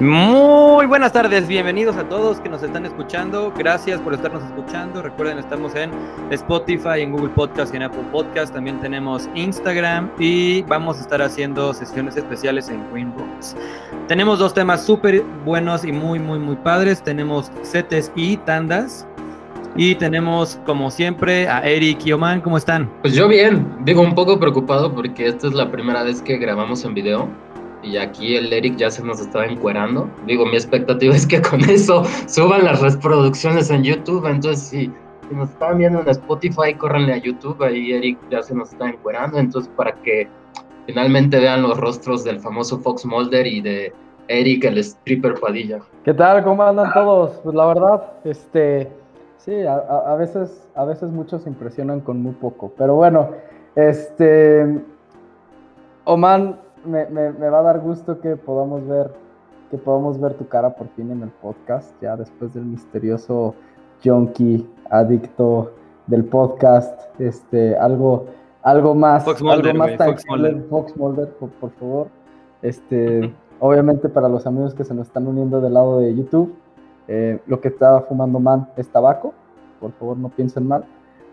Muy buenas tardes, bienvenidos a todos que nos están escuchando. Gracias por estarnos escuchando. Recuerden, estamos en Spotify, en Google Podcast y en Apple Podcast. También tenemos Instagram y vamos a estar haciendo sesiones especiales en Green Rooms. Tenemos dos temas súper buenos y muy padres. Tenemos setes y tandas. Y tenemos, como siempre, a Eric y Oman. ¿Cómo están? Pues yo bien, digo un poco preocupado porque esta es la primera vez que grabamos en video y aquí el Eric ya se nos estaba encuerando. Digo, mi expectativa es que con eso suban las reproducciones en YouTube, entonces si nos están viendo en Spotify, córranle a YouTube, ahí Eric ya se nos está encuerando, entonces para que finalmente vean los rostros del famoso Fox Mulder y de Eric el stripper Padilla. ¿Qué tal? ¿Cómo andan todos? Pues la verdad, sí, a veces muchos se impresionan con muy poco, pero bueno, Oman, me va a dar gusto que podamos ver tu cara por fin en el podcast, ya después del misterioso junkie adicto del podcast, algo más Fox Mulder, algo más tangible, Fox Mulder, por favor. Obviamente para los amigos que se nos están uniendo del lado de YouTube, lo que está fumando Man es tabaco, por favor no piensen mal.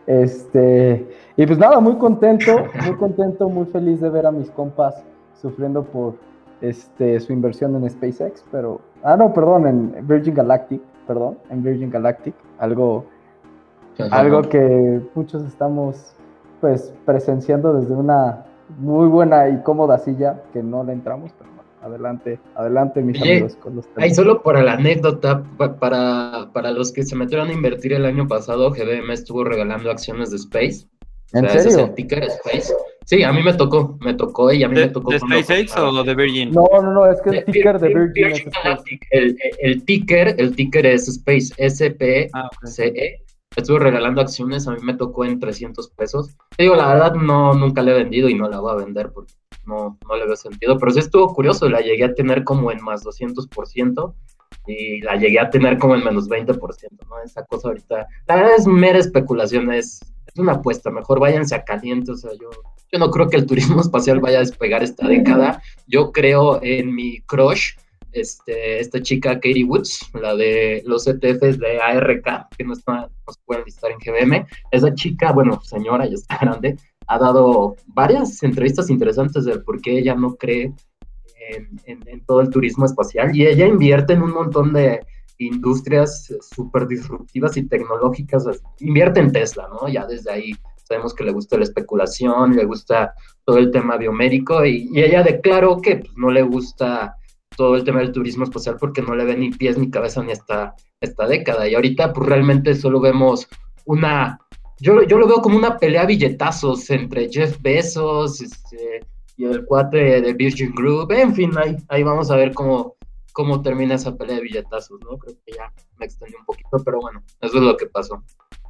Y pues nada, muy contento, muy feliz de ver a mis compas sufriendo por su inversión en SpaceX, en Virgin Galactic, algo que muchos estamos pues presenciando desde una muy buena y cómoda silla que no le entramos, pero bueno, adelante mis amigos con los temas. Ahí solo para la anécdota, para los que se metieron a invertir el año pasado, GBM estuvo regalando acciones de Space. ¿En serio? Ese es el ticker Space. Sí, a mí me tocó y a mí me tocó. ¿De SpaceX o de Virgin? No, es que el ticker de Virgin es Space. El ticker es Space, SPCE. Okay. Estuve regalando acciones, a mí me tocó en 300 pesos. Te digo, la verdad, nunca la he vendido y no la voy a vender porque no le veo sentido, pero sí estuvo curioso, la llegué a tener como en más 200% y la llegué a tener como en menos 20%, ¿no? Esa cosa ahorita, la verdad es mera especulación, es una apuesta, mejor váyanse a caliente, o sea, yo no creo que el turismo espacial vaya a despegar esta década, yo creo en mi crush, esta chica Katie Woods, la de los ETFs de ARK, que nos pueden listar en GBM, esa chica, bueno, señora, ya está grande, ha dado varias entrevistas interesantes del por qué ella no cree en todo el turismo espacial y ella invierte en un montón de industrias súper disruptivas y tecnológicas, invierte en Tesla, ¿no? Ya desde ahí sabemos que le gusta la especulación, le gusta todo el tema biomédico y ella declaró que pues, no le gusta todo el tema del turismo espacial porque no le ve ni pies ni cabeza ni esta década y ahorita pues realmente solo vemos yo lo veo como una pelea a billetazos entre Jeff Bezos y el cuate de Virgin Group. En fin, ahí vamos a ver cómo termina esa pelea de billetazos, ¿no? Creo que ya me extendí un poquito, pero bueno, eso es lo que pasó.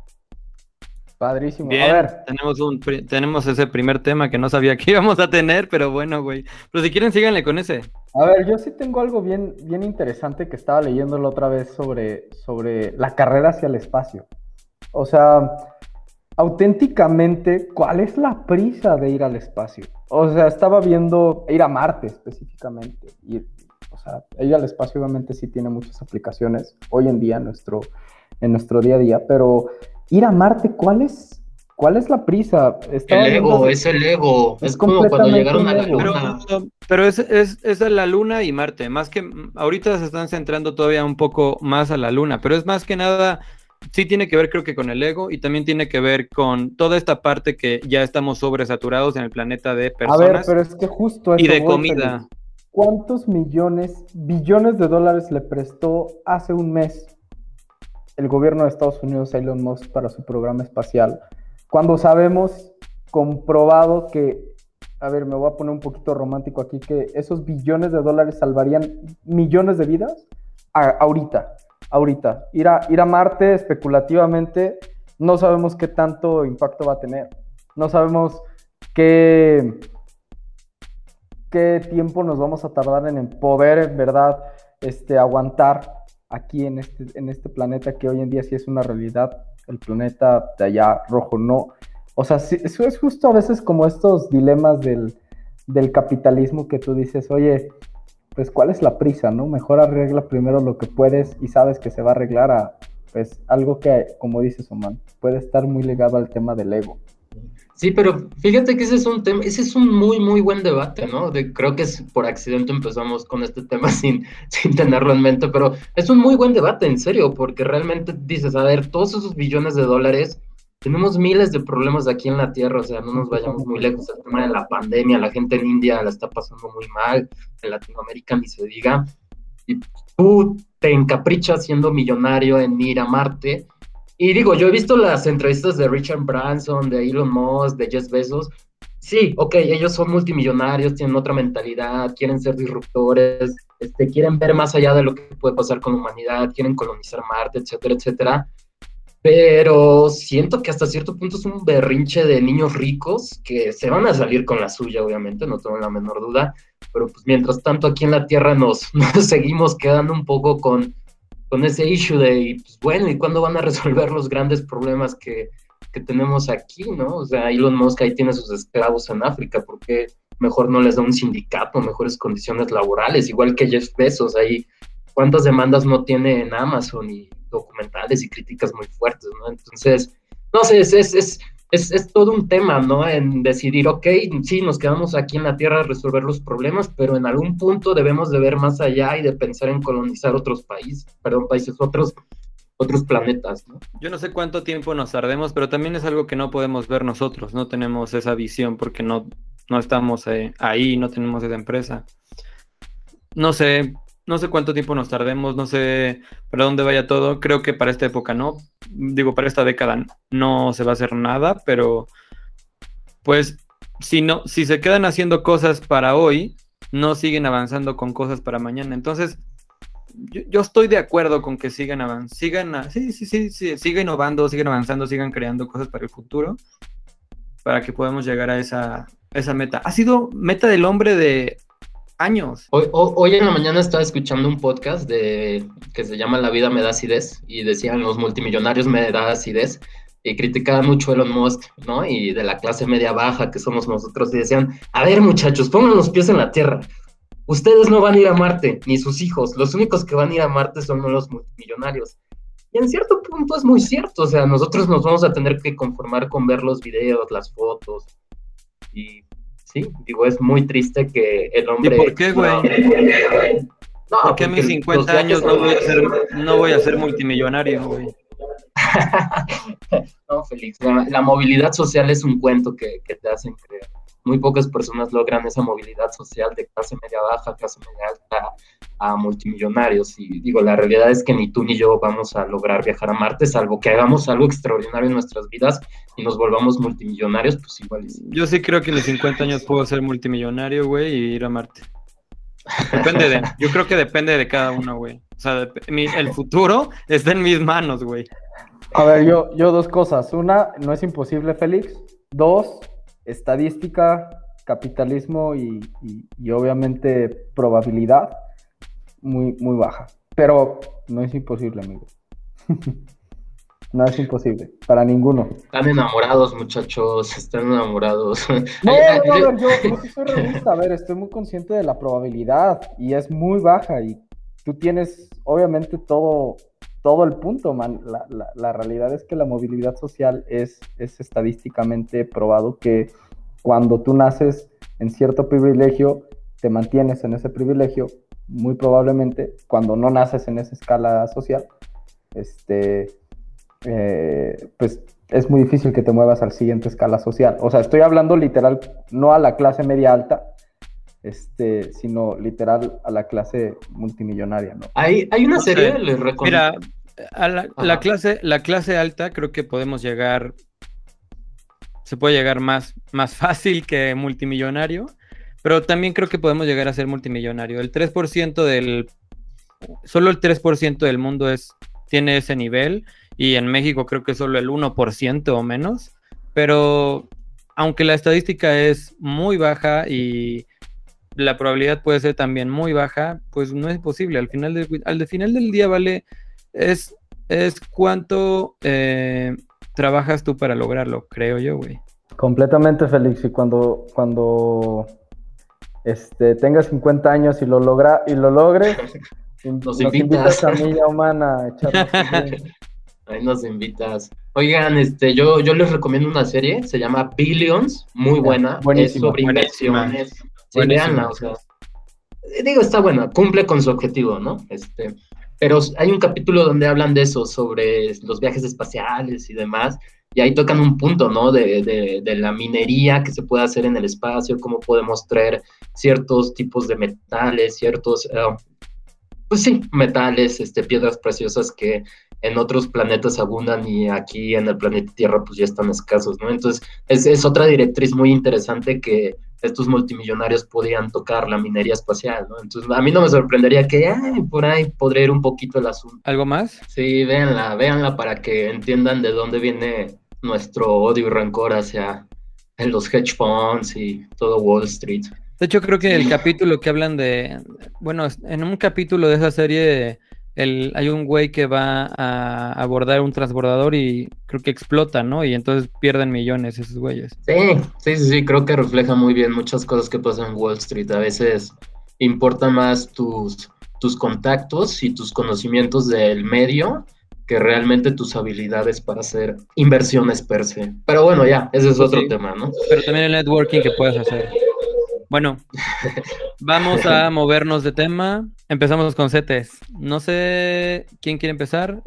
Padrísimo. Bien, a ver. Tenemos ese primer tema que no sabía que íbamos a tener, pero bueno, güey. Pero si quieren, síganle con ese. A ver, yo sí tengo algo bien interesante que estaba leyéndolo otra vez sobre la carrera hacia el espacio. O sea, auténticamente, ¿cuál es la prisa de ir al espacio? O sea, estaba viendo ir a Marte específicamente. O sea, ir al espacio obviamente sí tiene muchas aplicaciones hoy en día en nuestro día a día, pero ir a Marte, ¿cuál es la prisa? Es el ego. Es como cuando llegaron a la Luna. Pero es a la Luna y Marte. Más que ahorita se están centrando todavía un poco más a la Luna, pero es más que nada, sí tiene que ver creo que con el ego y también tiene que ver con toda esta parte que ya estamos sobresaturados en el planeta de personas. A ver, pero es que justo eso y de comida. Feliz. ¿Cuántos billones de dólares le prestó hace un mes el gobierno de Estados Unidos a Elon Musk para su programa espacial? Cuando sabemos, comprobado que, a ver, me voy a poner un poquito romántico aquí, que esos billones de dólares salvarían millones de vidas ahorita. Ir a Marte especulativamente, no sabemos qué tanto impacto va a tener. No sabemos qué tiempo nos vamos a tardar en poder, en verdad, aguantar aquí en este planeta que hoy en día sí es una realidad, el planeta de allá rojo no. O sea, sí, eso es justo a veces como estos dilemas del capitalismo que tú dices, oye, pues, ¿cuál es la prisa, no? Mejor arregla primero lo que puedes y sabes que se va a arreglar a, pues, algo que, como dices, Oman, puede estar muy ligado al tema del ego. Sí, pero fíjate que ese es un tema, ese es un muy, muy buen debate, ¿no? Creo que es por accidente empezamos con este tema sin tenerlo en mente, pero es un muy buen debate, en serio, porque realmente dices, a ver, todos esos billones de dólares, tenemos miles de problemas aquí en la Tierra, o sea, no nos vayamos muy lejos, el tema de la pandemia, la gente en India la está pasando muy mal, en Latinoamérica ni se diga, y tú te encaprichas siendo millonario en ir a Marte. Y digo, yo he visto las entrevistas de Richard Branson, de Elon Musk, de Jeff Bezos. Sí, ok, ellos son multimillonarios, tienen otra mentalidad, quieren ser disruptores, quieren ver más allá de lo que puede pasar con la humanidad, quieren colonizar Marte, etcétera, etcétera. Pero siento que hasta cierto punto es un berrinche de niños ricos que se van a salir con la suya, obviamente, no tengo la menor duda. Pero pues mientras tanto aquí en la Tierra nos seguimos quedando un poco con ese issue de, pues bueno, ¿y cuándo van a resolver los grandes problemas que tenemos aquí, no? O sea, Elon Musk ahí tiene sus esclavos en África, ¿por qué mejor no les da un sindicato, mejores condiciones laborales? Igual que Jeff Bezos, ahí, ¿cuántas demandas no tiene en Amazon y documentales y críticas muy fuertes, ¿no? Entonces, no sé, es todo un tema, ¿no? En decidir, ok, sí, nos quedamos aquí en la Tierra a resolver los problemas, pero en algún punto debemos de ver más allá y de pensar en colonizar otros países, otros planetas, ¿no? Yo no sé cuánto tiempo nos tardemos, pero también es algo que no podemos ver nosotros, no tenemos esa visión porque no estamos ahí, no tenemos esa empresa. No sé cuánto tiempo nos tardemos, no sé para dónde vaya todo. Creo que para esta época no, digo, para esta década no se va a hacer nada, pero pues si se quedan haciendo cosas para hoy, no siguen avanzando con cosas para mañana. Entonces, yo estoy de acuerdo con que sigan innovando, sigan avanzando, sigan creando cosas para el futuro, para que podamos llegar a esa meta. Ha sido meta del hombre de años. Hoy en la mañana estaba escuchando un podcast que se llama La vida me da acidez, y decían los multimillonarios me da acidez, y criticaban mucho a Elon Musk, ¿no? Y de la clase media baja que somos nosotros, y decían, a ver muchachos, pongan los pies en la tierra. Ustedes no van a ir a Marte, ni sus hijos. Los únicos que van a ir a Marte son los multimillonarios. Y en cierto punto es muy cierto. O sea, nosotros nos vamos a tener que conformar con ver los videos, las fotos. Y sí, digo, es muy triste que el hombre... ¿Y por qué, güey? No, porque a mis 50 años no voy a ser multimillonario, güey. No, Félix, la movilidad social es un cuento que te hacen creer. Muy pocas personas logran esa movilidad social de clase media baja, clase media alta, a multimillonarios. Y digo, la realidad es que ni tú ni yo vamos a lograr viajar a Marte, salvo que hagamos algo extraordinario en nuestras vidas y nos volvamos multimillonarios, pues igual. Yo sí creo que en los 50 años puedo ser multimillonario, güey, y ir a Marte. Yo creo que depende de cada uno, güey. O sea, el futuro está en mis manos, güey. A ver, yo dos cosas. Una, no es imposible, Félix. Dos, estadística, capitalismo y obviamente probabilidad muy, muy baja. Pero no es imposible, amigo. No es imposible, para ninguno. Están enamorados, muchachos, están enamorados. No, yo sí soy realista. A ver, estoy muy consciente de la probabilidad y es muy baja y tú tienes obviamente todo el punto, man. La realidad es que la movilidad social es estadísticamente probado que cuando tú naces en cierto privilegio, te mantienes en ese privilegio, muy probablemente, cuando no naces en esa escala social, pues es muy difícil que te muevas a la siguiente escala social. O sea, estoy hablando literal, no a la clase media alta, sino literal a la clase multimillonaria, ¿no? Hay una serie, les recomiendo. Mira, a la clase alta creo que se puede llegar más fácil que multimillonario, pero también creo que podemos llegar a ser multimillonario. Solo el 3% del mundo tiene ese nivel, y en México creo que solo el 1% o menos, pero aunque la estadística es muy baja y la probabilidad puede ser también muy baja, pues no es posible. Al final del día es cuánto trabajas tú para lograrlo, creo yo, güey. Completamente, Félix. Y cuando tengas 50 años y lo logres, nos invitas a Milla Humana a echarnos. Ahí nos invitas. Oigan, yo les recomiendo una serie, se llama Billions, muy buena, es sobre inversiones. Sí, véanla, o sea, digo, está buena, cumple con su objetivo, ¿no? Pero hay un capítulo donde hablan de eso, sobre los viajes espaciales y demás, y ahí tocan un punto, ¿no? De la minería que se puede hacer en el espacio, cómo podemos traer ciertos tipos de metales, pues sí, metales, piedras preciosas que en otros planetas abundan y aquí en el planeta Tierra pues ya están escasos, ¿no? Entonces es otra directriz muy interesante que estos multimillonarios podían tocar, la minería espacial, ¿no? Entonces a mí no me sorprendería que por ahí podría ir un poquito el asunto. ¿Algo más? Sí, véanla para que entiendan de dónde viene nuestro odio y rencor hacia los hedge funds y todo Wall Street. De hecho, creo que el capítulo que hablan bueno, en un capítulo de esa serie, hay un güey que va a abordar un transbordador y creo que explota, ¿no? Y entonces pierden millones esos güeyes. Sí, creo que refleja muy bien muchas cosas que pasan en Wall Street. A veces importan más tus contactos y tus conocimientos del medio que realmente tus habilidades para hacer inversiones per se. Pero bueno, ya, ese es otro tema, ¿no? Pero también el networking que puedes hacer. Bueno, vamos a movernos de tema. Empezamos con CETES. No sé quién quiere empezar.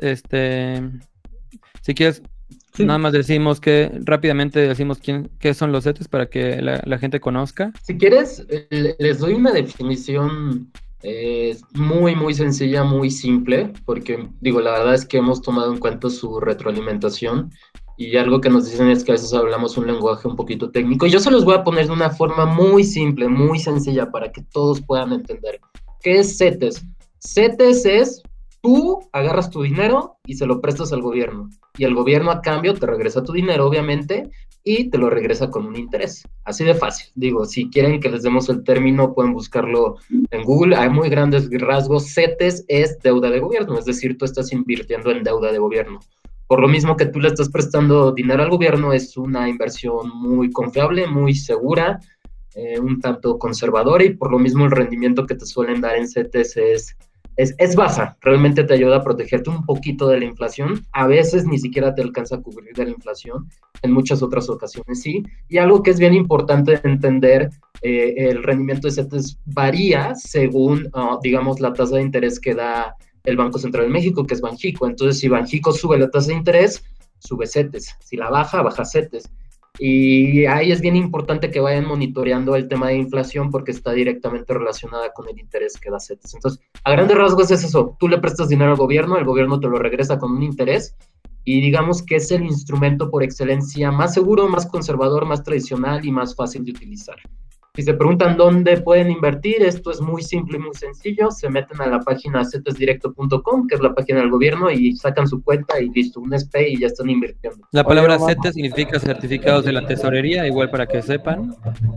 Si quieres, sí. Nada más rápidamente decimos qué son los CETES para que la gente conozca. Si quieres, les doy una definición muy, muy sencilla, muy simple, porque digo, la verdad es que hemos tomado en cuenta su retroalimentación. Y algo que nos dicen es que a veces hablamos un lenguaje un poquito técnico. Y yo se los voy a poner de una forma muy simple, muy sencilla, para que todos puedan entender. ¿Qué es CETES? CETES es, tú agarras tu dinero y se lo prestas al gobierno. Y el gobierno a cambio te regresa tu dinero, obviamente, y te lo regresa con un interés. Así de fácil. Digo, si quieren que les demos el término, pueden buscarlo en Google. Hay muy grandes rasgos. CETES es deuda de gobierno, es decir, tú estás invirtiendo en deuda de gobierno. Por lo mismo que tú le estás prestando dinero al gobierno, es una inversión muy confiable, muy segura, un tanto conservadora, y por lo mismo el rendimiento que te suelen dar en CETES es baja. Realmente te ayuda a protegerte un poquito de la inflación. A veces ni siquiera te alcanza a cubrir de la inflación, en muchas otras ocasiones sí. Y algo que es bien importante entender, el rendimiento de CETES varía según, digamos, la tasa de interés que da el Banco Central de México, que es Banxico. Entonces, si Banxico sube la tasa de interés, sube CETES. Si la baja CETES. Y ahí es bien importante que vayan monitoreando el tema de inflación porque está directamente relacionada con el interés que da CETES. Entonces, a grandes rasgos es eso. Tú le prestas dinero al gobierno, el gobierno te lo regresa con un interés y digamos que es el instrumento por excelencia más seguro, más conservador, más tradicional y más fácil de utilizar. Si se preguntan dónde pueden invertir, esto es muy simple y muy sencillo. Se meten a la página cetesdirecto.com, que es la página del gobierno, y sacan su cuenta y listo, un SPE y ya están invirtiendo. La palabra CETES significa certificados de la tesorería, igual para que sepan.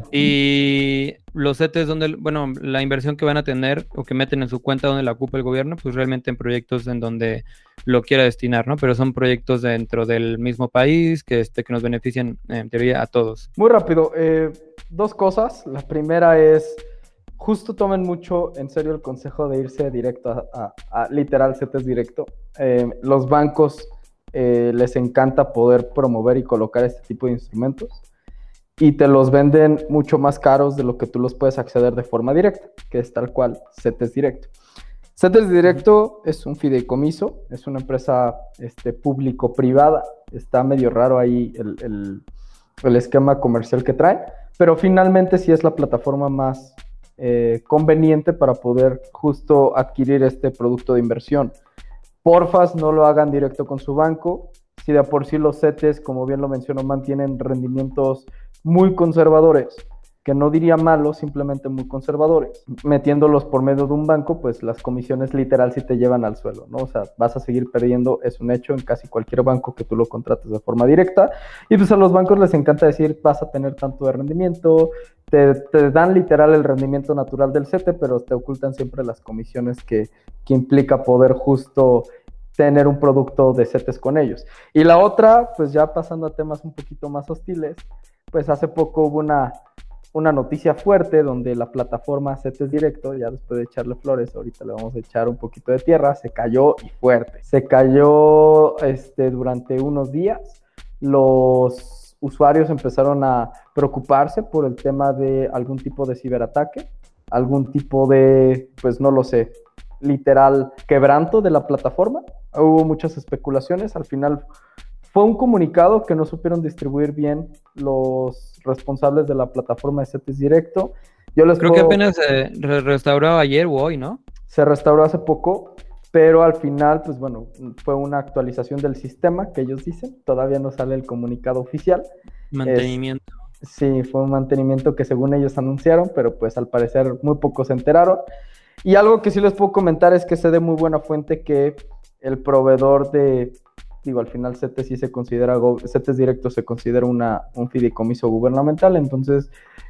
Y los CETES, bueno, la inversión que van a tener o que meten en su cuenta donde la ocupa el gobierno, pues realmente en proyectos en donde lo quiera destinar, ¿no? Pero son proyectos dentro del mismo país que nos benefician en teoría a todos. Muy rápido, dos cosas. La primera es, justo tomen mucho en serio el consejo de irse directo a literal CETES directo. Los bancos les encanta poder promover y colocar este tipo de instrumentos y te los venden mucho más caros de lo que tú los puedes acceder de forma directa, que es tal cual CETES directo. CETES directo es un fideicomiso, es una empresa público-privada. Está medio raro ahí el esquema comercial que trae, pero finalmente sí es la plataforma más conveniente para poder justo adquirir este producto de inversión. Porfas, no lo hagan directo con su banco. Si de por sí los CETES, como bien lo mencionó, mantienen rendimientos muy conservadores, que no diría malos, simplemente muy conservadores. Metiéndolos por medio de un banco, pues las comisiones literal sí te llevan al suelo, ¿no? O sea, vas a seguir perdiendo, es un hecho, en casi cualquier banco que tú lo contrates de forma directa. Y pues a los bancos les encanta decir, vas a tener tanto de rendimiento, te dan literal el rendimiento natural del CETE, pero te ocultan siempre las comisiones que implica poder justo tener un producto de CETES con ellos. Y la otra, pues ya pasando a temas un poquito más hostiles, pues hace poco hubo una una noticia fuerte donde la plataforma CETES Directo, ya después de echarle flores, ahorita le vamos a echar un poquito de tierra, se cayó y fuerte. Se cayó durante unos días. Los usuarios empezaron a preocuparse por el tema de algún tipo de ciberataque, algún tipo de, pues no lo sé, literal quebranto de la plataforma. Hubo muchas especulaciones. Al final fue un comunicado que no supieron distribuir bien los responsables de la plataforma de CETES Directo. Creo que apenas se restauró ayer o hoy, ¿no? Se restauró hace poco, pero al final, pues bueno, fue una actualización del sistema que ellos dicen. Todavía no sale el comunicado oficial. Mantenimiento. Sí, fue un mantenimiento que según ellos anunciaron, pero pues al parecer muy pocos se enteraron. Y algo que sí les puedo comentar es que sé de muy buena fuente que el proveedor al final CETES sí se considera, CETES Directo se considera un fideicomiso gubernamental, entonces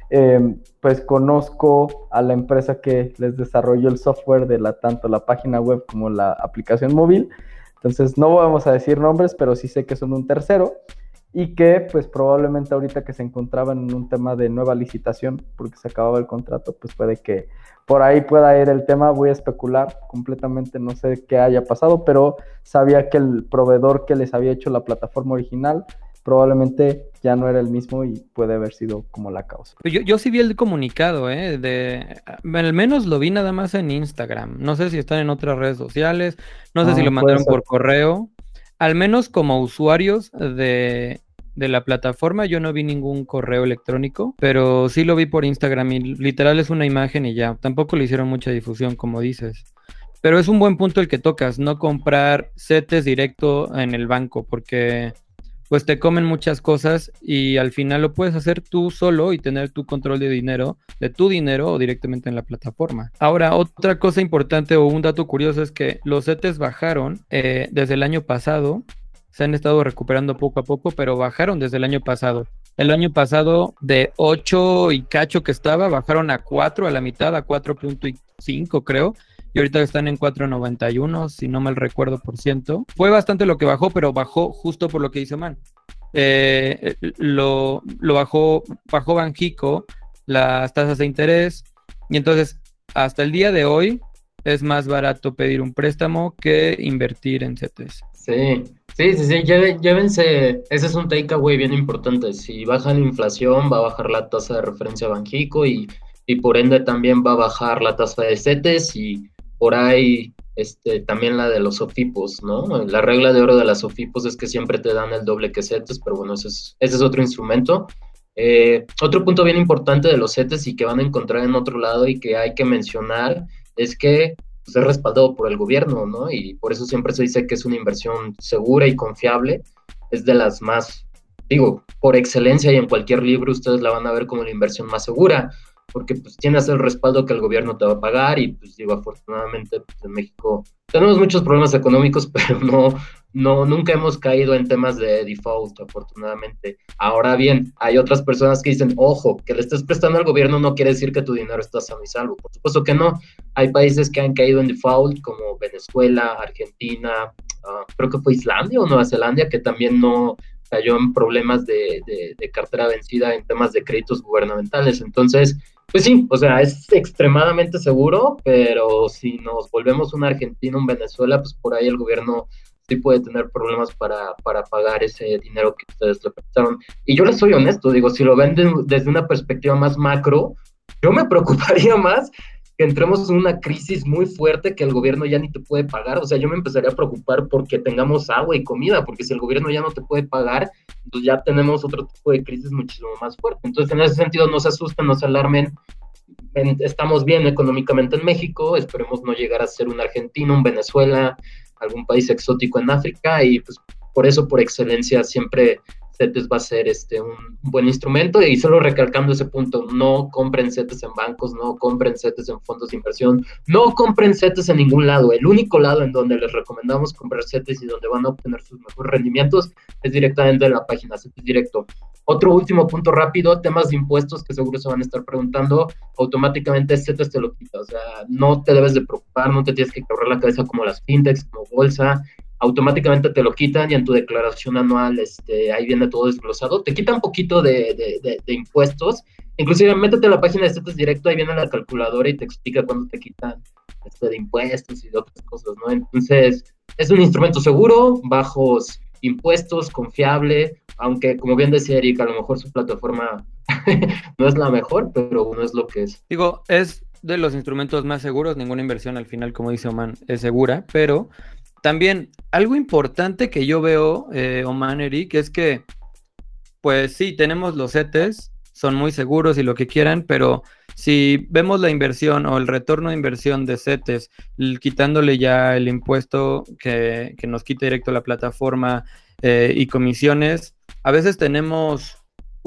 pues conozco a la empresa que les desarrolló el software de tanto la página web como la aplicación móvil. Entonces no vamos a decir nombres, pero sí sé que son un tercero y que pues probablemente ahorita que se encontraban en un tema de nueva licitación porque se acababa el contrato, pues puede que por ahí pueda ir el tema. Voy a especular completamente, no sé qué haya pasado, pero sabía que el proveedor que les había hecho la plataforma original probablemente ya no era el mismo y puede haber sido como la causa. Yo sí vi el comunicado, al menos lo vi nada más en Instagram. No sé si están en otras redes sociales, no sé si lo mandaron por correo. Al menos como usuarios de la plataforma, yo no vi ningún correo electrónico, pero sí lo vi por Instagram y literal es una imagen y ya. Tampoco le hicieron mucha difusión, como dices. Pero es un buen punto el que tocas, no comprar CETES Directo en el banco, porque pues te comen muchas cosas y al final lo puedes hacer tú solo y tener tu control de tu dinero o directamente en la plataforma. Ahora, otra cosa importante o un dato curioso es que los CETES bajaron desde el año pasado. Se han estado recuperando poco a poco, pero bajaron desde el año pasado. El año pasado de 8 y cacho que estaba, bajaron a 4, a la mitad, a 4.5 creo. Y ahorita están en 4.91, si no mal recuerdo por ciento. Fue bastante lo que bajó, pero bajó justo por lo que hizo Man. Lo bajó Banxico, las tasas de interés. Y entonces, hasta el día de hoy, es más barato pedir un préstamo que invertir en CETES. Sí, llévense, ese es un takeaway bien importante. Si baja la inflación, va a bajar la tasa de referencia Banxico y por ende también va a bajar la tasa de CETES y por ahí también la de los SOFIPOS, ¿no? La regla de oro de las SOFIPOS es que siempre te dan el doble que CETES, pero bueno, ese es otro instrumento. Otro punto bien importante de los CETES y que van a encontrar en otro lado y que hay que mencionar es que pues, es respaldado por el gobierno, ¿no? Y por eso siempre se dice que es una inversión segura y confiable. Es de las más, por excelencia y en cualquier libro ustedes la van a ver como la inversión más segura, porque pues tienes el respaldo que el gobierno te va a pagar y pues afortunadamente pues, en México tenemos muchos problemas económicos, pero nunca hemos caído en temas de default, afortunadamente. Ahora bien, hay otras personas que dicen, ojo, que le estés prestando al gobierno no quiere decir que tu dinero está sano y salvo. Por supuesto que no. Hay países que han caído en default, como Venezuela, Argentina, creo que fue Islandia o Nueva Zelanda, que también no cayó en problemas de cartera vencida en temas de créditos gubernamentales. Entonces, pues sí, o sea, es extremadamente seguro, pero si nos volvemos una Argentina, un Venezuela, pues por ahí el gobierno sí puede tener problemas para pagar ese dinero que ustedes le prestaron. Y yo les soy honesto, si lo ven desde una perspectiva más macro, yo me preocuparía más que entremos en una crisis muy fuerte que el gobierno ya ni te puede pagar. O sea, yo me empezaría a preocupar porque tengamos agua y comida, porque si el gobierno ya no te puede pagar, pues ya tenemos otro tipo de crisis muchísimo más fuerte. Entonces, en ese sentido, no se asusten, no se alarmen. Estamos bien económicamente en México, esperemos no llegar a ser un Argentina, un Venezuela, algún país exótico en África, y pues por eso, por excelencia, siempre CETES va a ser un buen instrumento. Y solo recalcando ese punto, no compren CETES en bancos, no compren CETES en fondos de inversión, no compren CETES en ningún lado. El único lado en donde les recomendamos comprar CETES y donde van a obtener sus mejores rendimientos es directamente en la página CETES Directo. Otro último punto rápido, temas de impuestos que seguro se van a estar preguntando, automáticamente CETES te lo quita, o sea, no te debes de preocupar, no te tienes que quebrar la cabeza como las fintechs, como bolsa. automáticamente te lo quitan y en tu declaración anual ahí viene todo desglosado. Te quitan un poquito de impuestos. Inclusive métete a la página de CETES Directo, ahí viene la calculadora y te explica cuándo te quitan de impuestos y de otras cosas, ¿no? Entonces, es un instrumento seguro, bajos impuestos, confiable, aunque como bien decía Eric, a lo mejor su plataforma no es la mejor, pero uno es lo que es. Digo, es de los instrumentos más seguros, ninguna inversión al final, como dice Oman, es segura, pero también algo importante que yo veo, Oman, Eric, es que, pues sí, tenemos los CETES, son muy seguros y lo que quieran, pero si vemos la inversión o el retorno de inversión de CETES, quitándole ya el impuesto que nos quita directo la plataforma y comisiones, a veces tenemos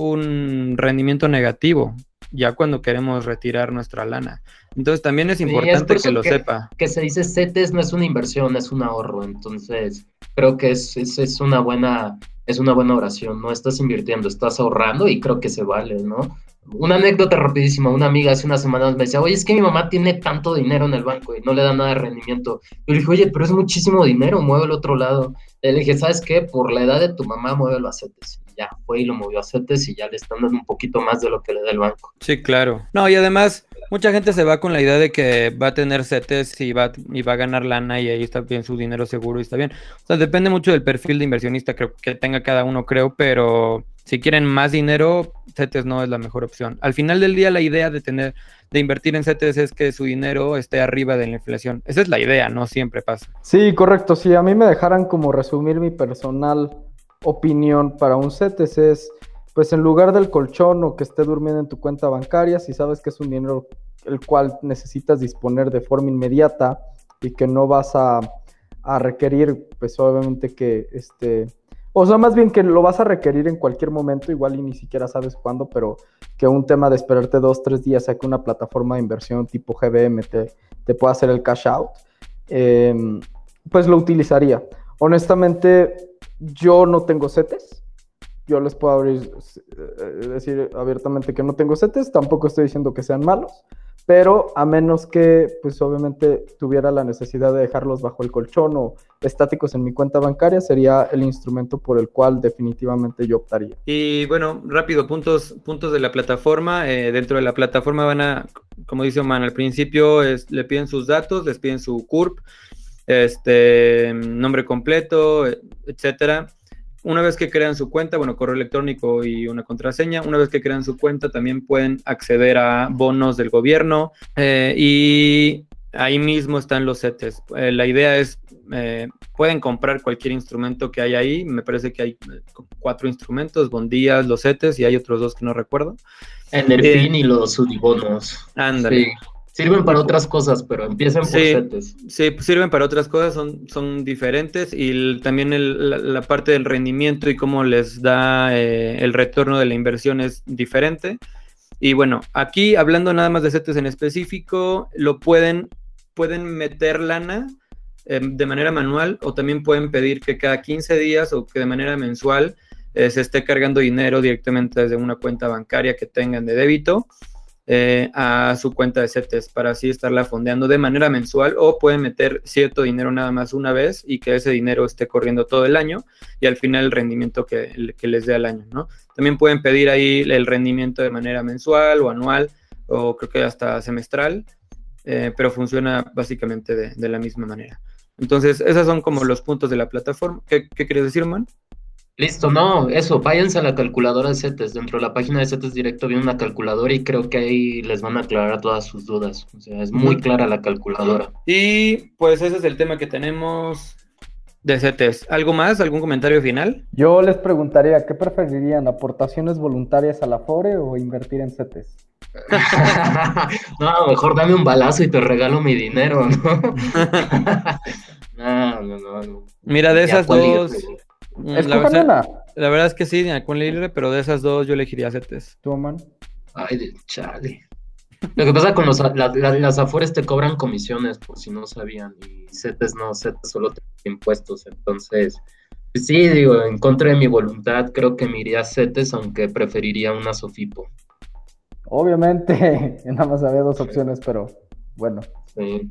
un rendimiento negativo ya cuando queremos retirar nuestra lana. Entonces también es importante que lo sepa. Que se dice CETES no es una inversión, es un ahorro. Entonces creo que es una buena oración. No estás invirtiendo, estás ahorrando y creo que se vale, ¿no? Una anécdota rapidísima, una amiga hace unas semanas me decía, oye, es que mi mamá tiene tanto dinero en el banco y no le da nada de rendimiento. Yo le dije, oye, pero es muchísimo dinero, mueve al otro lado. Le dije, ¿sabes qué? Por la edad de tu mamá, muévelo a CETES. Y ya fue y lo movió a CETES y ya le están dando un poquito más de lo que le da el banco. Sí, claro. No, y además, mucha gente se va con la idea de que va a tener CETES y va a ganar lana y ahí está bien su dinero seguro y está bien. O sea, depende mucho del perfil de inversionista que tenga cada uno, creo, pero si quieren más dinero, CETES no es la mejor opción. Al final del día, la idea de invertir en CETES es que su dinero esté arriba de la inflación. Esa es la idea, no siempre pasa. Sí, correcto. Si a mí me dejaran como resumir mi personal opinión para un CETES es, pues en lugar del colchón o que esté durmiendo en tu cuenta bancaria, si sabes que es un dinero el cual necesitas disponer de forma inmediata y que no vas a requerir, pues obviamente que o sea, más bien que lo vas a requerir en cualquier momento, igual y ni siquiera sabes cuándo, pero que un tema de esperarte 2-3 días a que una plataforma de inversión tipo GBM te pueda hacer el cash out, pues lo utilizaría. Honestamente, yo no tengo CETES. Yo les puedo decir abiertamente que no tengo CETES, tampoco estoy diciendo que sean malos, pero a menos que, pues obviamente, tuviera la necesidad de dejarlos bajo el colchón o estáticos en mi cuenta bancaria, sería el instrumento por el cual definitivamente yo optaría. Y bueno, rápido, puntos de la plataforma. Dentro de la plataforma van a, como dice Oman, al principio le piden sus datos, les piden su CURP, nombre completo, etcétera. Una vez que crean su cuenta, bueno, correo electrónico y una contraseña, una vez que crean su cuenta también pueden acceder a bonos del gobierno y ahí mismo están los CETES. La idea es, pueden comprar cualquier instrumento que hay ahí, me parece que hay 4 instrumentos, bondías, los CETES y hay otros 2 que no recuerdo. En el fin y los unibonos. Ándale. Sí. Sirven para otras cosas, pero empiezan por CETES. Sí, sirven para otras cosas, son diferentes y también la parte del rendimiento y cómo les da el retorno de la inversión es diferente. Y bueno, aquí hablando nada más de CETES en específico, pueden meter lana de manera manual o también pueden pedir que cada 15 días o que de manera mensual se esté cargando dinero directamente desde una cuenta bancaria que tengan de débito a su cuenta de CETES para así estarla fondeando de manera mensual, o pueden meter cierto dinero nada más una vez y que ese dinero esté corriendo todo el año y al final el rendimiento que les dé al año, ¿no? También pueden pedir ahí el rendimiento de manera mensual o anual o creo que hasta semestral, pero funciona básicamente de la misma manera. Entonces, esos son como los puntos de la plataforma. ¿Qué querías decir, Man? Listo, no, eso, váyanse a la calculadora de CETES. Dentro de la página de CETES Directo viene una calculadora y creo que ahí les van a aclarar todas sus dudas. O sea, es muy clara la calculadora. Y pues ese es el tema que tenemos de CETES. ¿Algo más? ¿Algún comentario final? Yo les preguntaría, ¿qué preferirían? ¿Aportaciones voluntarias a la FORE o invertir en CETES? No, mejor dame un balazo y te regalo mi dinero, ¿no? No. Mira, de esas dos... Escojan una. La verdad es que sí, con libre, pero de esas dos yo elegiría CETES. ¿Tú, Man? Ay, chale. Lo que pasa con las Afores te cobran comisiones, por si no sabían, y CETES no, CETES solo te cobra impuestos, entonces, pues sí, digo, en contra de mi voluntad, creo que me iría a CETES, aunque preferiría una Sofipo. Obviamente, nada más había 2 opciones, pero bueno. Sí.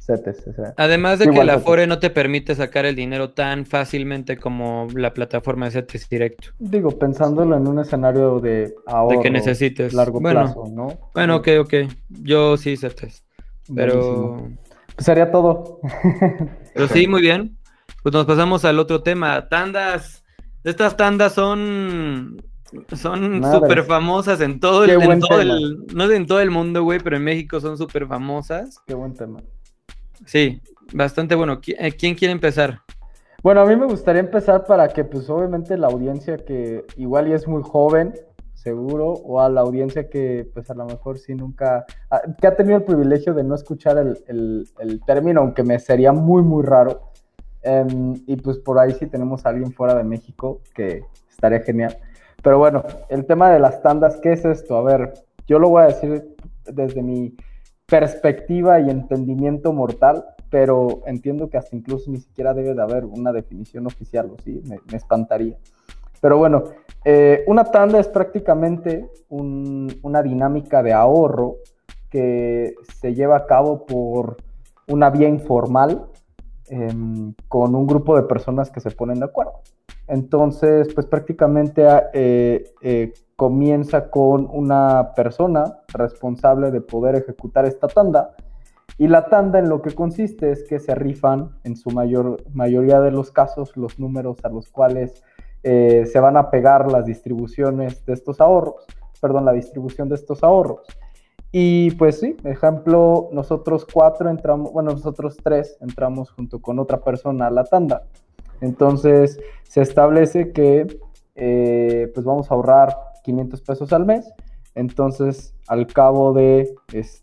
CETES. Además de que la Afore no te permite sacar el dinero tan fácilmente como la plataforma de CETES directo. Digo, pensándolo en un escenario de ahorro, de que necesites largo plazo, ¿no? Bueno, ok. Yo sí CETES, pero... Pues sería todo. Pero sí, muy bien. Pues nos pasamos al otro tema. Tandas. Estas tandas son súper famosas en todo no sé en todo el mundo, güey, pero en México son súper famosas. Qué buen tema. Sí, bastante bueno. ¿Quién quiere empezar? Bueno, a mí me gustaría empezar para que, pues, obviamente la audiencia que igual y es muy joven, seguro, o a la audiencia que, pues, a lo mejor sí nunca, que ha tenido el privilegio de no escuchar el término, aunque me sería muy, muy raro. Y pues por ahí sí tenemos a alguien fuera de México, que estaría genial. Pero bueno, el tema de las tandas, ¿qué es esto? A ver, yo lo voy a decir desde mi perspectiva y entendimiento mortal, pero entiendo que hasta incluso ni siquiera debe de haber una definición oficial, ¿o sí? Me espantaría. Pero bueno, una tanda es prácticamente una dinámica de ahorro que se lleva a cabo por una vía informal, con un grupo de personas que se ponen de acuerdo. Entonces, pues prácticamente comienza con una persona responsable de poder ejecutar esta tanda, y la tanda en lo que consiste es que se rifan en su mayoría de los casos los números a los cuales se van a pegar las distribuciones de estos ahorros, la distribución de estos ahorros. Y pues sí, ejemplo, nosotros tres entramos junto con otra persona a la tanda. Entonces se establece que pues vamos a ahorrar 500 pesos al mes. Entonces al cabo de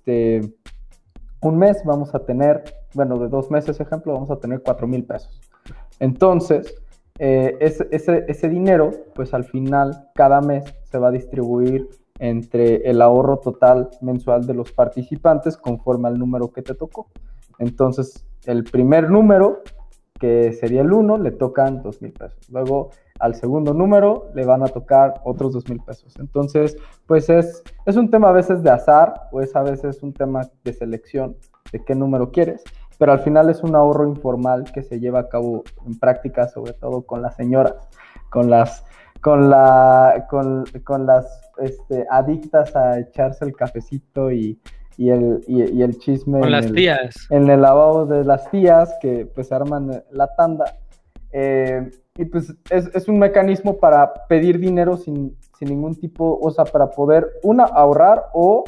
un mes vamos a tener, de 2 meses, ejemplo, vamos a tener 4,000 pesos. Entonces ese dinero, pues al final cada mes se va a distribuir entre el ahorro total mensual de los participantes conforme al número que te tocó. Entonces, el primer número, que sería el 1, le tocan 2,000 pesos. Luego, al segundo número, le van a tocar otros 2,000 pesos. Entonces, pues es un tema a veces de azar, o es a veces un tema de selección de qué número quieres, pero al final es un ahorro informal que se lleva a cabo en práctica, sobre todo con las señoras, con las adictas a echarse el cafecito y el chisme con las tías en el lavabo de las tías, que pues arman la tanda, y pues es un mecanismo para pedir dinero sin ningún tipo, o sea, para poder ahorrar o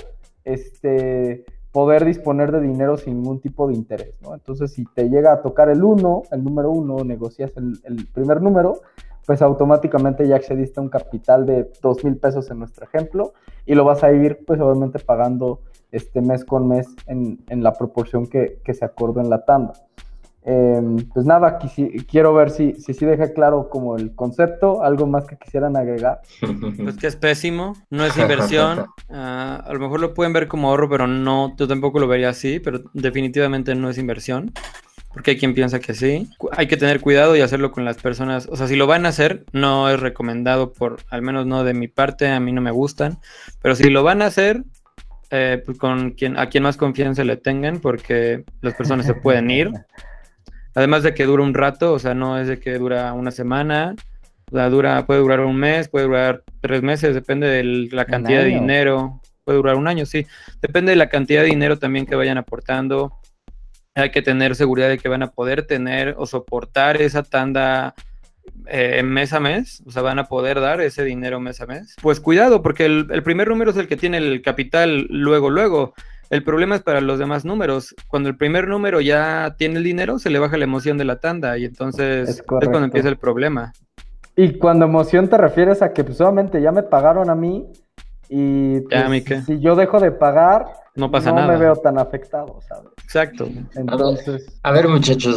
poder disponer de dinero sin ningún tipo de interés, ¿no? Entonces, si te llega a tocar el número 1, negocias el primer número, pues automáticamente ya accediste a un capital de 2,000 pesos en nuestro ejemplo, y lo vas a ir, pues obviamente pagando mes con mes en la proporción que se acordó en la tanda. Pues nada, quiero ver si deja claro como el concepto. ¿Algo más que quisieran agregar? Pues que es pésimo, no es inversión. A lo mejor lo pueden ver como ahorro, pero no, yo tampoco lo vería así, pero definitivamente no es inversión. Porque hay quien piensa que sí. Hay que tener cuidado y hacerlo con las personas. O sea, si lo van a hacer, no es recomendado, al menos no de mi parte, a mí no me gustan. Pero si lo van a hacer, pues a quien más confianza le tengan, porque las personas se pueden ir. Además de que dura un rato, o sea, no es de que dura una semana. O sea, puede durar un mes, puede durar 3 meses, depende de la cantidad de dinero. Puede durar un año, sí. Depende de la cantidad de dinero también que vayan aportando. Hay que tener seguridad de que van a poder tener o soportar esa tanda mes a mes, o sea, van a poder dar ese dinero mes a mes. Pues cuidado, porque el primer número es el que tiene el capital luego. El problema es para los demás números. Cuando el primer número ya tiene el dinero, se le baja la emoción de la tanda, y entonces es cuando empieza el problema. Y cuando emoción te refieres a que pues solamente ya me pagaron a mí, y pues, si yo dejo de pagar, no pasa nada. No me veo tan afectado, ¿sabes? Exacto. Entonces... A ver, muchachos,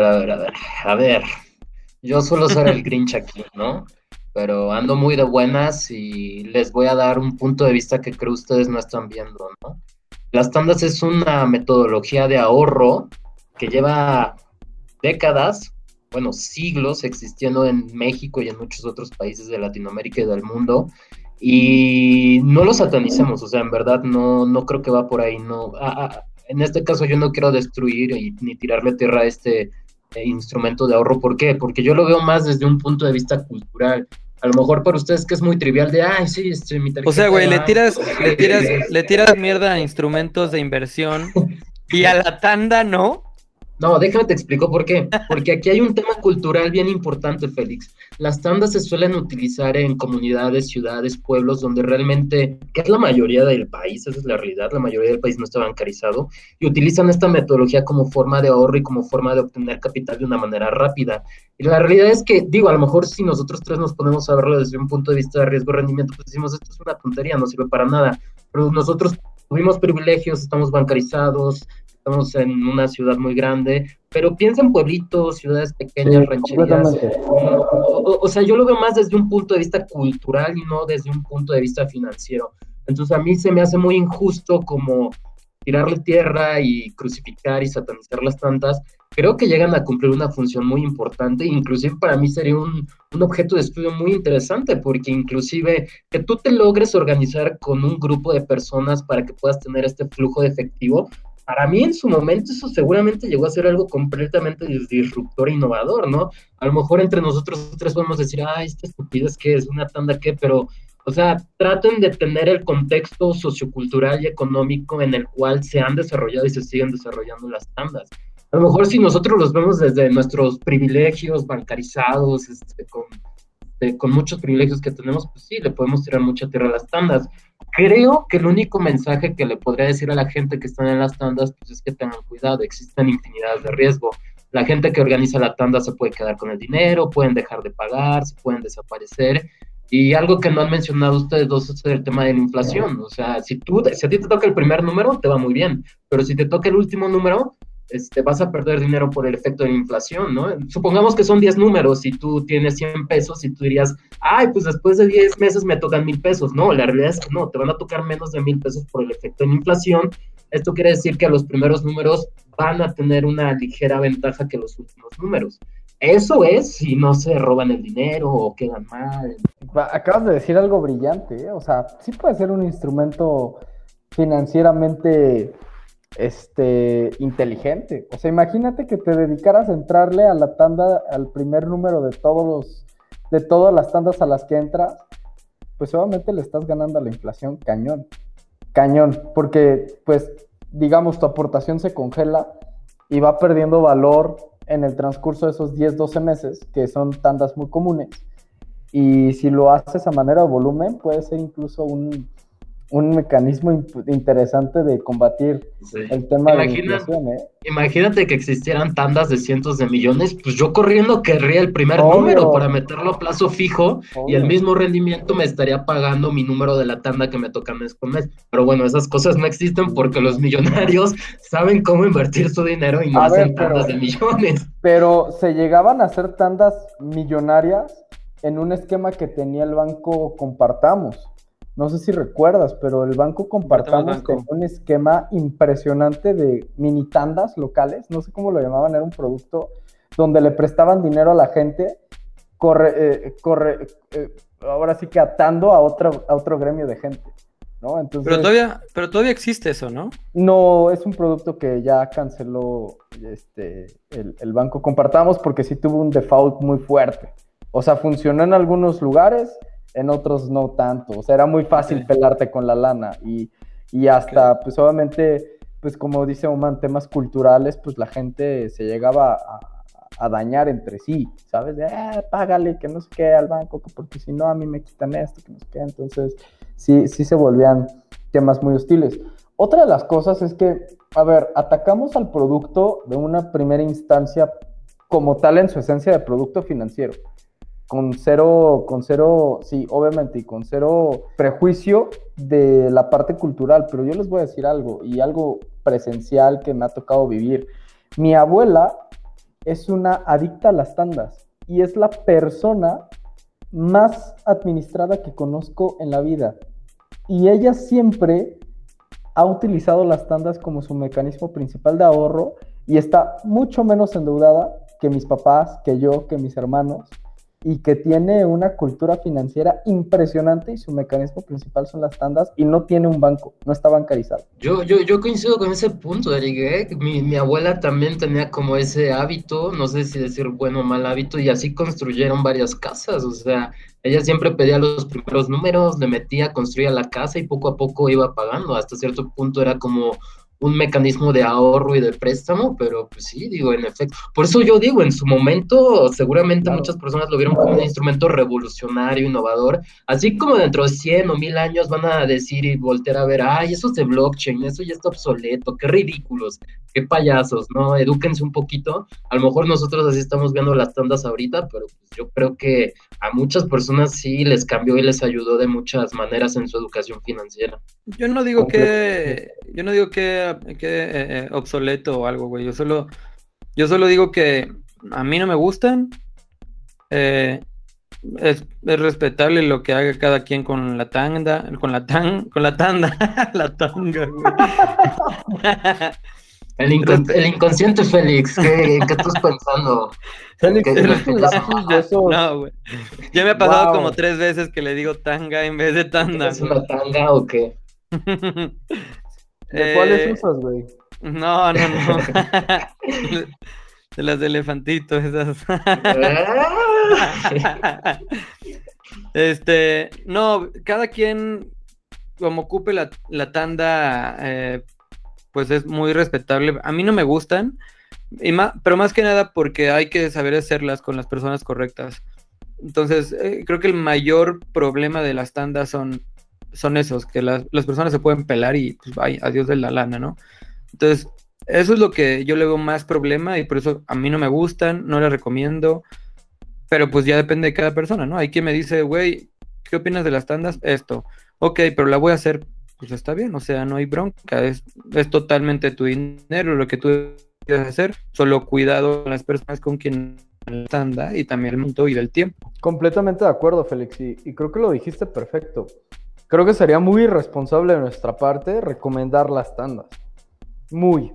a ver. Yo suelo ser el Grinch aquí, ¿no? Pero ando muy de buenas y les voy a dar un punto de vista que creo ustedes no están viendo, ¿no? Las tandas es una metodología de ahorro que lleva décadas, siglos existiendo en México y en muchos otros países de Latinoamérica y del mundo. Y no lo satanicemos, o sea, en verdad no creo que va por ahí, no. en este caso yo no quiero destruir ni tirarle tierra a este instrumento de ahorro. ¿Por qué? Porque yo lo veo más desde un punto de vista cultural. A lo mejor para ustedes que es muy trivial de, ay, sí, mi tarjeta. O sea, güey, le tiras mierda a instrumentos de inversión y a la tanda, ¿no? No, déjame te explico por qué. Porque aquí hay un tema cultural bien importante, Félix. Las tandas se suelen utilizar en comunidades, ciudades, pueblos, donde realmente, que es la mayoría del país, esa es la realidad, la mayoría del país no está bancarizado, y utilizan esta metodología como forma de ahorro y como forma de obtener capital de una manera rápida. Y la realidad es que, digo, a lo mejor si nosotros tres nos ponemos a verlo desde un punto de vista de riesgo-rendimiento, pues decimos, esto es una tontería, no sirve para nada. Pero nosotros tuvimos privilegios, estamos bancarizados, estamos en una ciudad muy grande, pero piensa en pueblitos, ciudades pequeñas, rancherías. O sea, yo lo veo más desde un punto de vista cultural y no desde un punto de vista financiero. Entonces a mí se me hace muy injusto como tirarle tierra y crucificar y satanizar las tandas. Creo que llegan a cumplir una función muy importante, inclusive para mí sería un objeto de estudio muy interesante, porque inclusive que tú te logres organizar con un grupo de personas para que puedas tener este flujo de efectivo, para mí en su momento eso seguramente llegó a ser algo completamente disruptor e innovador, ¿no? A lo mejor entre nosotros tres podemos decir, ah, esta estupidez que es una tanda que, pero, o sea, traten de tener el contexto sociocultural y económico en el cual se han desarrollado y se siguen desarrollando las tandas. A lo mejor si nosotros los vemos desde nuestros privilegios bancarizados, con muchos privilegios que tenemos, pues sí, le podemos tirar mucha tierra a las tandas. Creo que el único mensaje que le podría decir a la gente que está en las tandas, pues es que tengan cuidado, existen infinidades de riesgo. La gente que organiza la tanda se puede quedar con el dinero, pueden dejar de pagar, se pueden desaparecer. Y algo que no han mencionado ustedes dos es el tema de la inflación. O sea, si a ti te toca el primer número, te va muy bien. Pero si te toca el último número, vas a perder dinero por el efecto de la inflación, ¿no? Supongamos que son 10 números y tú tienes 100 pesos y tú dirías, ay, pues después de 10 meses me tocan 1,000 pesos. No, la realidad es que no, te van a tocar menos de 1,000 pesos por el efecto de la inflación. Esto quiere decir que a los primeros números van a tener una ligera ventaja que los últimos números. Eso es si no se roban el dinero o quedan mal. Acabas de decir algo brillante, ¿eh? O sea, sí puede ser un instrumento financieramente inteligente. O sea, imagínate que te dedicaras a entrarle a la tanda, al primer número de todas las tandas a las que entras, pues obviamente le estás ganando a la inflación cañón, porque pues digamos tu aportación se congela y va perdiendo valor en el transcurso de esos 10, 12 meses, que son tandas muy comunes, y si lo haces a manera de volumen, puede ser incluso un mecanismo interesante de combatir el tema de la inflación, ¿eh? Imagínate que existieran tandas de cientos de millones, pues yo corriendo querría el primer número para meterlo a plazo fijo y el mismo rendimiento me estaría pagando mi número de la tanda que me toca mes con mes. Pero bueno, esas cosas no existen porque los millonarios saben cómo invertir su dinero y no hacen tandas de millones. Pero se llegaban a hacer tandas millonarias en un esquema que tenía el banco Compartamos. No sé si recuerdas, pero el banco Compartamos tenía un esquema impresionante de mini tandas locales, no sé cómo lo llamaban, era un producto donde le prestaban dinero a la gente, ahora sí que atando a otro gremio de gente, ¿no? Entonces, pero todavía existe eso, ¿no? No, es un producto que ya canceló el banco Compartamos porque sí tuvo un default muy fuerte. O sea, funcionó en algunos lugares, en otros no tanto, o sea, era muy fácil pelarte con la lana y hasta, pues obviamente, pues como dice Oman, temas culturales, pues la gente se llegaba a dañar entre sí, ¿sabes? De, págale, que no sé qué al banco, porque si no a mí me quitan esto, que no sé qué, entonces sí se volvían temas muy hostiles. Otra de las cosas es que, a ver, atacamos al producto de una primera instancia como tal en su esencia de producto financiero. Con cero, sí, obviamente, y con cero prejuicio de la parte cultural, pero yo les voy a decir algo, y algo presencial que me ha tocado vivir. Mi abuela es una adicta a las tandas, y es la persona más administrada que conozco en la vida, y ella siempre ha utilizado las tandas como su mecanismo principal de ahorro, y está mucho menos endeudada que mis papás, que yo, que mis hermanos. y que tiene una cultura financiera impresionante y su mecanismo principal son las tandas y no tiene un banco, no está bancarizado. Yo coincido con ese punto, Eric, ¿eh? Mi abuela también tenía como ese hábito, no sé si decir bueno o mal hábito, y así construyeron varias casas, o sea, ella siempre pedía los primeros números, le metía, construía la casa y poco a poco iba pagando, hasta cierto punto era como un mecanismo de ahorro y de préstamo, pero pues sí, digo, en efecto. Por eso yo digo, en su momento seguramente muchas personas lo vieron como un instrumento revolucionario, innovador, así como dentro de 100 o 1000 años van a decir y voltear a ver, ay, eso es de blockchain, eso ya está obsoleto, qué ridículos, qué payasos, ¿no? Edúquense un poquito. A lo mejor nosotros así estamos viendo las tandas ahorita, pero pues yo creo que a muchas personas sí les cambió y les ayudó de muchas maneras en su educación financiera. Yo no digo que obsoleto o algo, güey. Yo solo digo que a mí no me gustan. Es respetable lo que haga cada quien con la tanda, la tanga, güey. El inconsciente, Félix, ¿qué estás pensando? Félix, no, güey. Ya me ha pasado como 3 veces que le digo tanga en vez de tanda. ¿Es una tanga o qué? ¿De cuáles usas, güey? No. De las de elefantito, esas. No, cada quien como ocupe la tanda, pues es muy respetable. A mí no me gustan, pero más que nada porque hay que saber hacerlas con las personas correctas. Entonces, creo que el mayor problema de las tandas son esos, que las personas se pueden pelar y pues vaya, adiós de la lana, ¿no? Entonces, eso es lo que yo le veo más problema y por eso a mí no me gustan, no les recomiendo, pero pues ya depende de cada persona, ¿no? Hay quien me dice, güey, ¿qué opinas de las tandas? Esto, ok, pero la voy a hacer, pues está bien, o sea, no hay bronca, es totalmente tu dinero lo que tú quieres hacer, solo cuidado con las personas con quien la tanda y también el mundo y del tiempo. Completamente de acuerdo, Félix, y creo que lo dijiste perfecto. Creo que sería muy irresponsable de nuestra parte recomendar las tandas. Muy.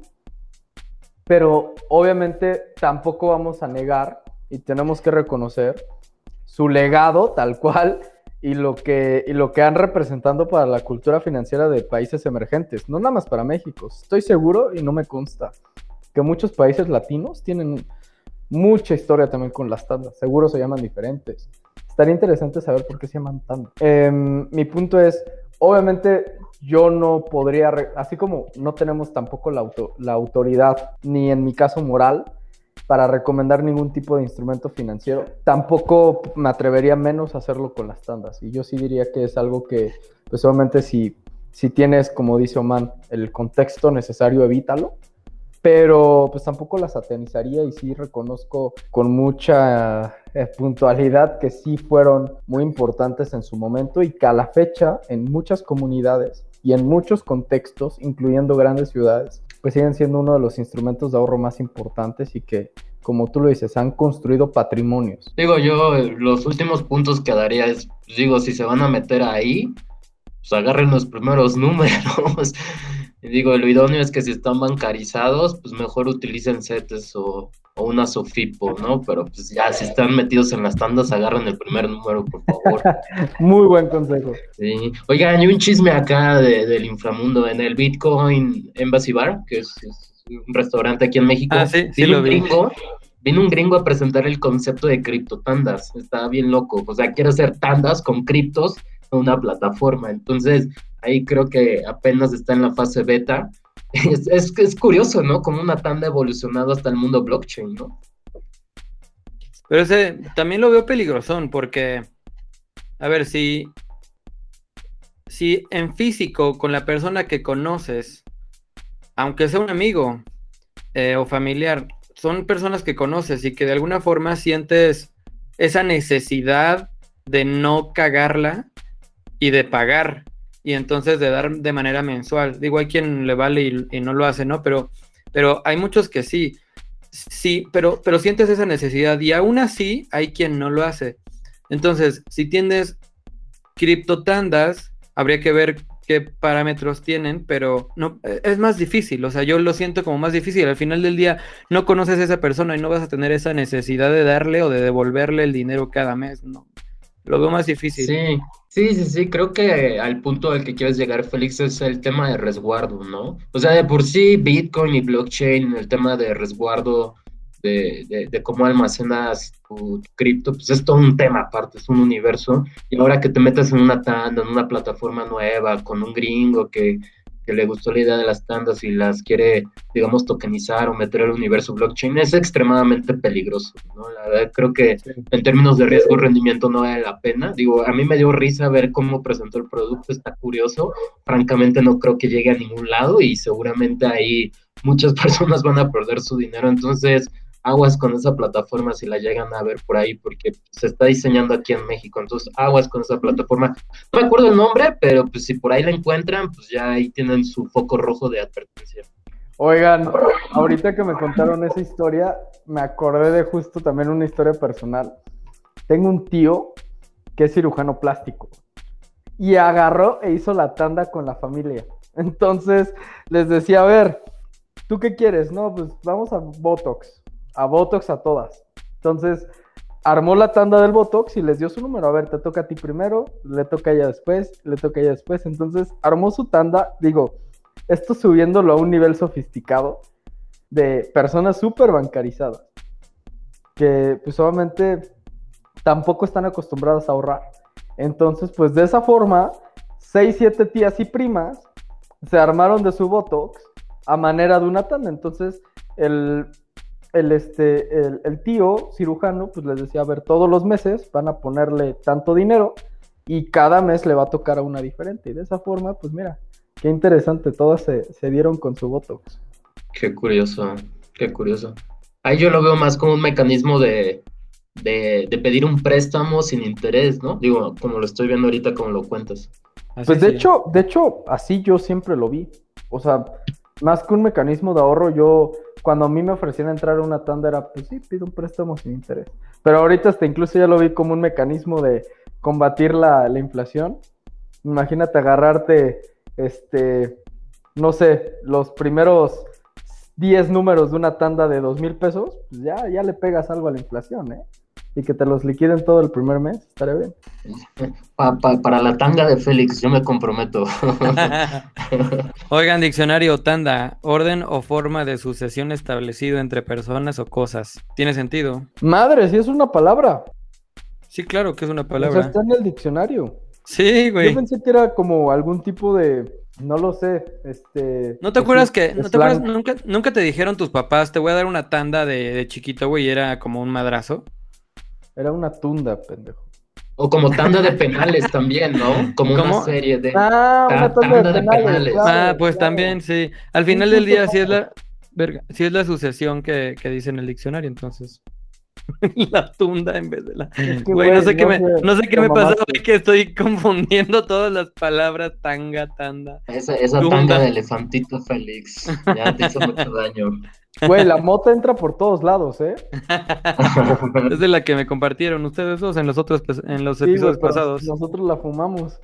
Pero obviamente tampoco vamos a negar y tenemos que reconocer su legado tal cual y lo que han representado para la cultura financiera de países emergentes, no nada más para México. Estoy seguro y no me consta que muchos países latinos tienen mucha historia también con las tandas. Seguro se llaman diferentes. Estaría interesante saber por qué se llaman tandas. Mi punto es, obviamente yo no podría, así como no tenemos tampoco la autoridad, ni en mi caso moral, para recomendar ningún tipo de instrumento financiero, tampoco me atrevería menos a hacerlo con las tandas. Y yo sí diría que es algo que, pues obviamente si tienes, como dice Oman, el contexto necesario, evítalo. Pero pues tampoco las satanizaría y sí reconozco con mucha puntualidad que sí fueron muy importantes en su momento y que a la fecha en muchas comunidades y en muchos contextos, incluyendo grandes ciudades, pues siguen siendo uno de los instrumentos de ahorro más importantes y que, como tú lo dices, han construido patrimonios. Digo, yo los últimos puntos que daría es, digo, si se van a meter ahí, pues agarren los primeros números. Y digo, lo idóneo es que si están bancarizados, pues mejor utilicen CETES o una SOFIPO, ¿no? Pero pues ya, si están metidos en las tandas, agarren el primer número, por favor. Muy buen consejo. Sí. Oigan, hay un chisme acá del inframundo, en el Bitcoin Embassy Bar, que es un restaurante aquí en México. Ah, sí lo vi. Vino un gringo a presentar el concepto de criptotandas. Está bien loco. O sea, quiere hacer tandas con criptos en una plataforma. Entonces, ahí creo que apenas está en la fase beta. Es curioso, ¿no? Como una tanda ha evolucionado hasta el mundo blockchain, ¿no? Pero ese también lo veo peligrosón porque, a ver, si en físico con la persona que conoces, aunque sea un amigo o familiar, son personas que conoces y que de alguna forma sientes esa necesidad de no cagarla y de pagar, y entonces de dar de manera mensual. Digo, hay quien le vale y no lo hace, ¿no? Pero hay muchos que sí, pero sientes esa necesidad y aún así hay quien no lo hace. Entonces, si tienes criptotandas, habría que ver qué parámetros tienen, pero no, es más difícil, o sea, yo lo siento como más difícil. Al final del día no conoces a esa persona y no vas a tener esa necesidad de darle o de devolverle el dinero cada mes, no. Lo veo más difícil. Sí, creo que al punto al que quieres llegar, Félix, es el tema de resguardo, ¿no? O sea, de por sí, Bitcoin y blockchain, el tema de resguardo, de cómo almacenas tu cripto, pues es todo un tema aparte, es un universo. Y ahora que te metes en una tanda, en una plataforma nueva, con un gringo que le gustó la idea de las tandas y las quiere, digamos, tokenizar o meter al universo blockchain, es extremadamente peligroso, ¿no? La verdad, creo que en términos de riesgo y rendimiento no vale la pena. Digo, a mí me dio risa ver cómo presentó el producto, está curioso. Francamente, no creo que llegue a ningún lado y seguramente ahí muchas personas van a perder su dinero. Entonces, aguas con esa plataforma si la llegan a ver por ahí, porque se está diseñando aquí en México, entonces aguas con esa plataforma. No me acuerdo el nombre, pero pues si por ahí la encuentran, pues ya ahí tienen su foco rojo de advertencia. Oigan, ahorita que me contaron esa historia, me acordé de justo también una historia personal. Tengo un tío que es cirujano plástico y agarró e hizo la tanda con la familia. Entonces les decía, a ver, ¿tú qué quieres? No, pues vamos a Botox a todas. Entonces armó la tanda del Botox y les dio su número. A ver, te toca a ti primero, le toca a ella después, le toca a ella después. Entonces armó su tanda, digo, esto subiéndolo a un nivel sofisticado de personas súper bancarizadas que pues obviamente tampoco están acostumbradas a ahorrar. Entonces pues de esa forma 6, 7 tías y primas se armaron de su Botox a manera de una tanda. Entonces el tío cirujano pues les decía, a ver, todos los meses van a ponerle tanto dinero y cada mes le va a tocar a una diferente. Y de esa forma, pues mira, qué interesante, todas se dieron con su Botox. Qué curioso. Ahí yo lo veo más como un mecanismo de pedir un préstamo sin interés, ¿no? Digo, como lo estoy viendo ahorita, como lo cuentas. Así pues de hecho, así yo siempre lo vi. O sea, más que un mecanismo de ahorro, cuando a mí me ofrecían entrar a una tanda era, pues sí, pido un préstamo sin interés. Pero ahorita hasta incluso ya lo vi como un mecanismo de combatir la inflación. Imagínate agarrarte, no sé, los primeros 10 números de una tanda de 2,000 pesos, pues ya le pegas algo a la inflación, ¿eh? Y que te los liquiden todo el primer mes, estaría bien. Para la tanda de Félix, yo me comprometo. Oigan, diccionario, tanda, orden o forma de sucesión establecido entre personas o cosas. ¿Tiene sentido? Madre, sí es una palabra. Sí, claro que es una palabra. O sea, está en el diccionario. Sí, güey. Yo pensé que era como algún tipo de, no lo sé, ¿No te acuerdas nunca te dijeron tus papás, te voy a dar una tanda de chiquito, güey, y era como un madrazo? Era una tunda, pendejo. O como tanda de penales también, ¿no? Como una serie de una tanda de penales. Claro, pues claro. También, sí. Al final del día sí es la sucesión que dice en el diccionario, entonces. La tunda en vez de la... Güey, no sé qué me pasó, que estoy confundiendo todas las palabras, tanga, tanda. Esa tanga de elefantito Félix, ya te hizo mucho daño. Güey, la mota entra por todos lados, ¿eh? Es de la que me compartieron ustedes dos en los episodios pasados. Nosotros la fumamos.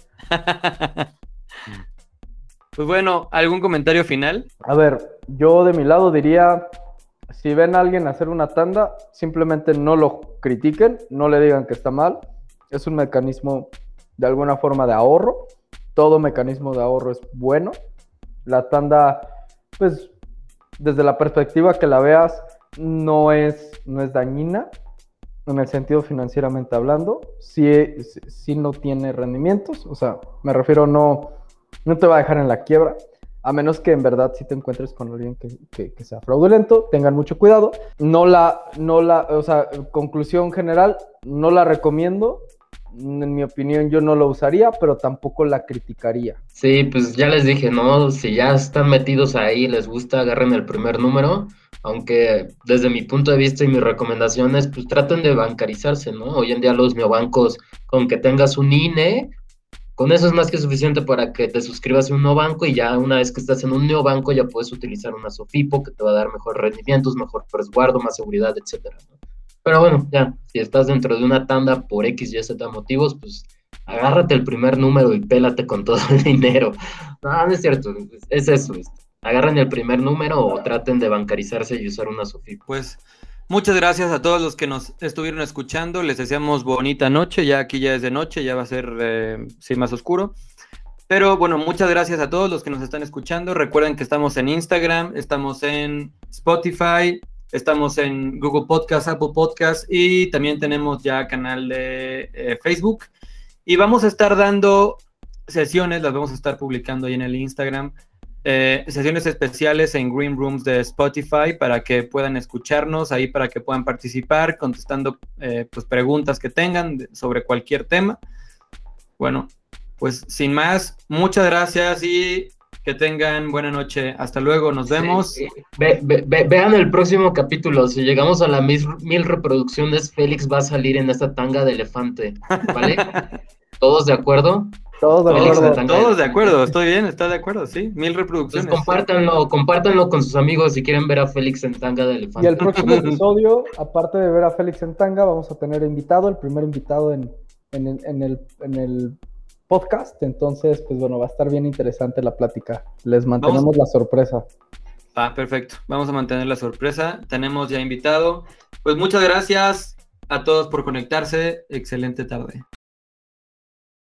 Pues bueno, ¿algún comentario final? A ver, yo de mi lado diría, si ven a alguien hacer una tanda, simplemente no lo critiquen, no le digan que está mal. Es un mecanismo de alguna forma de ahorro. Todo mecanismo de ahorro es bueno. La tanda, pues, desde la perspectiva que la veas, no es dañina, en el sentido financieramente hablando. Sí no tiene rendimientos, o sea, me refiero no te va a dejar en la quiebra. A menos que en verdad si te encuentres con alguien que sea fraudulento, tengan mucho cuidado. O sea, conclusión general, no la recomiendo. En mi opinión, yo no lo usaría, pero tampoco la criticaría. Sí, pues ya les dije, ¿no? Si ya están metidos ahí, les gusta, agarren el primer número. Aunque desde mi punto de vista y mis recomendaciones, pues traten de bancarizarse, ¿no? Hoy en día los neobancos, con que tengas un INE, con eso es más que suficiente para que te suscribas a un neobanco y ya una vez que estás en un neobanco ya puedes utilizar una SOFIPO que te va a dar mejores rendimientos, mejor resguardo, más seguridad, etcétera, ¿no? Pero bueno, ya, si estás dentro de una tanda por X y Z motivos, pues agárrate el primer número y pélate con todo el dinero. No, no es cierto, es eso. Agarren el primer número o traten de bancarizarse y usar una SOFIP. Pues muchas gracias a todos los que nos estuvieron escuchando. Les deseamos bonita noche. Ya aquí ya es de noche, ya va a ser sí, más oscuro. Pero bueno, muchas gracias a todos los que nos están escuchando. Recuerden que estamos en Instagram, estamos en Spotify, estamos en Google Podcast, Apple Podcast y también tenemos ya canal de Facebook. Y vamos a estar dando sesiones, las vamos a estar publicando ahí en el Instagram. Sesiones especiales en Green Rooms de Spotify para que puedan escucharnos, ahí para que puedan participar, contestando pues preguntas que tengan sobre cualquier tema. Bueno, pues sin más, muchas gracias y que tengan buena noche. Hasta luego, nos vemos. Vean el próximo capítulo. Si llegamos a las 1000 reproducciones, Félix va a salir en esta tanga de elefante, ¿vale? ¿Todos de acuerdo? Todos de acuerdo. Todos de acuerdo, estoy bien, está de acuerdo, sí. 1000 reproducciones. Entonces compártanlo con sus amigos si quieren ver a Félix en tanga de elefante. Y el próximo episodio, aparte de ver a Félix en tanga, vamos a tener invitado, el primer invitado en el podcast. Entonces, pues bueno, va a estar bien interesante la plática. Les mantenemos la sorpresa. Perfecto. Vamos a mantener la sorpresa. Tenemos ya invitado. Pues muchas gracias a todos por conectarse. Excelente tarde.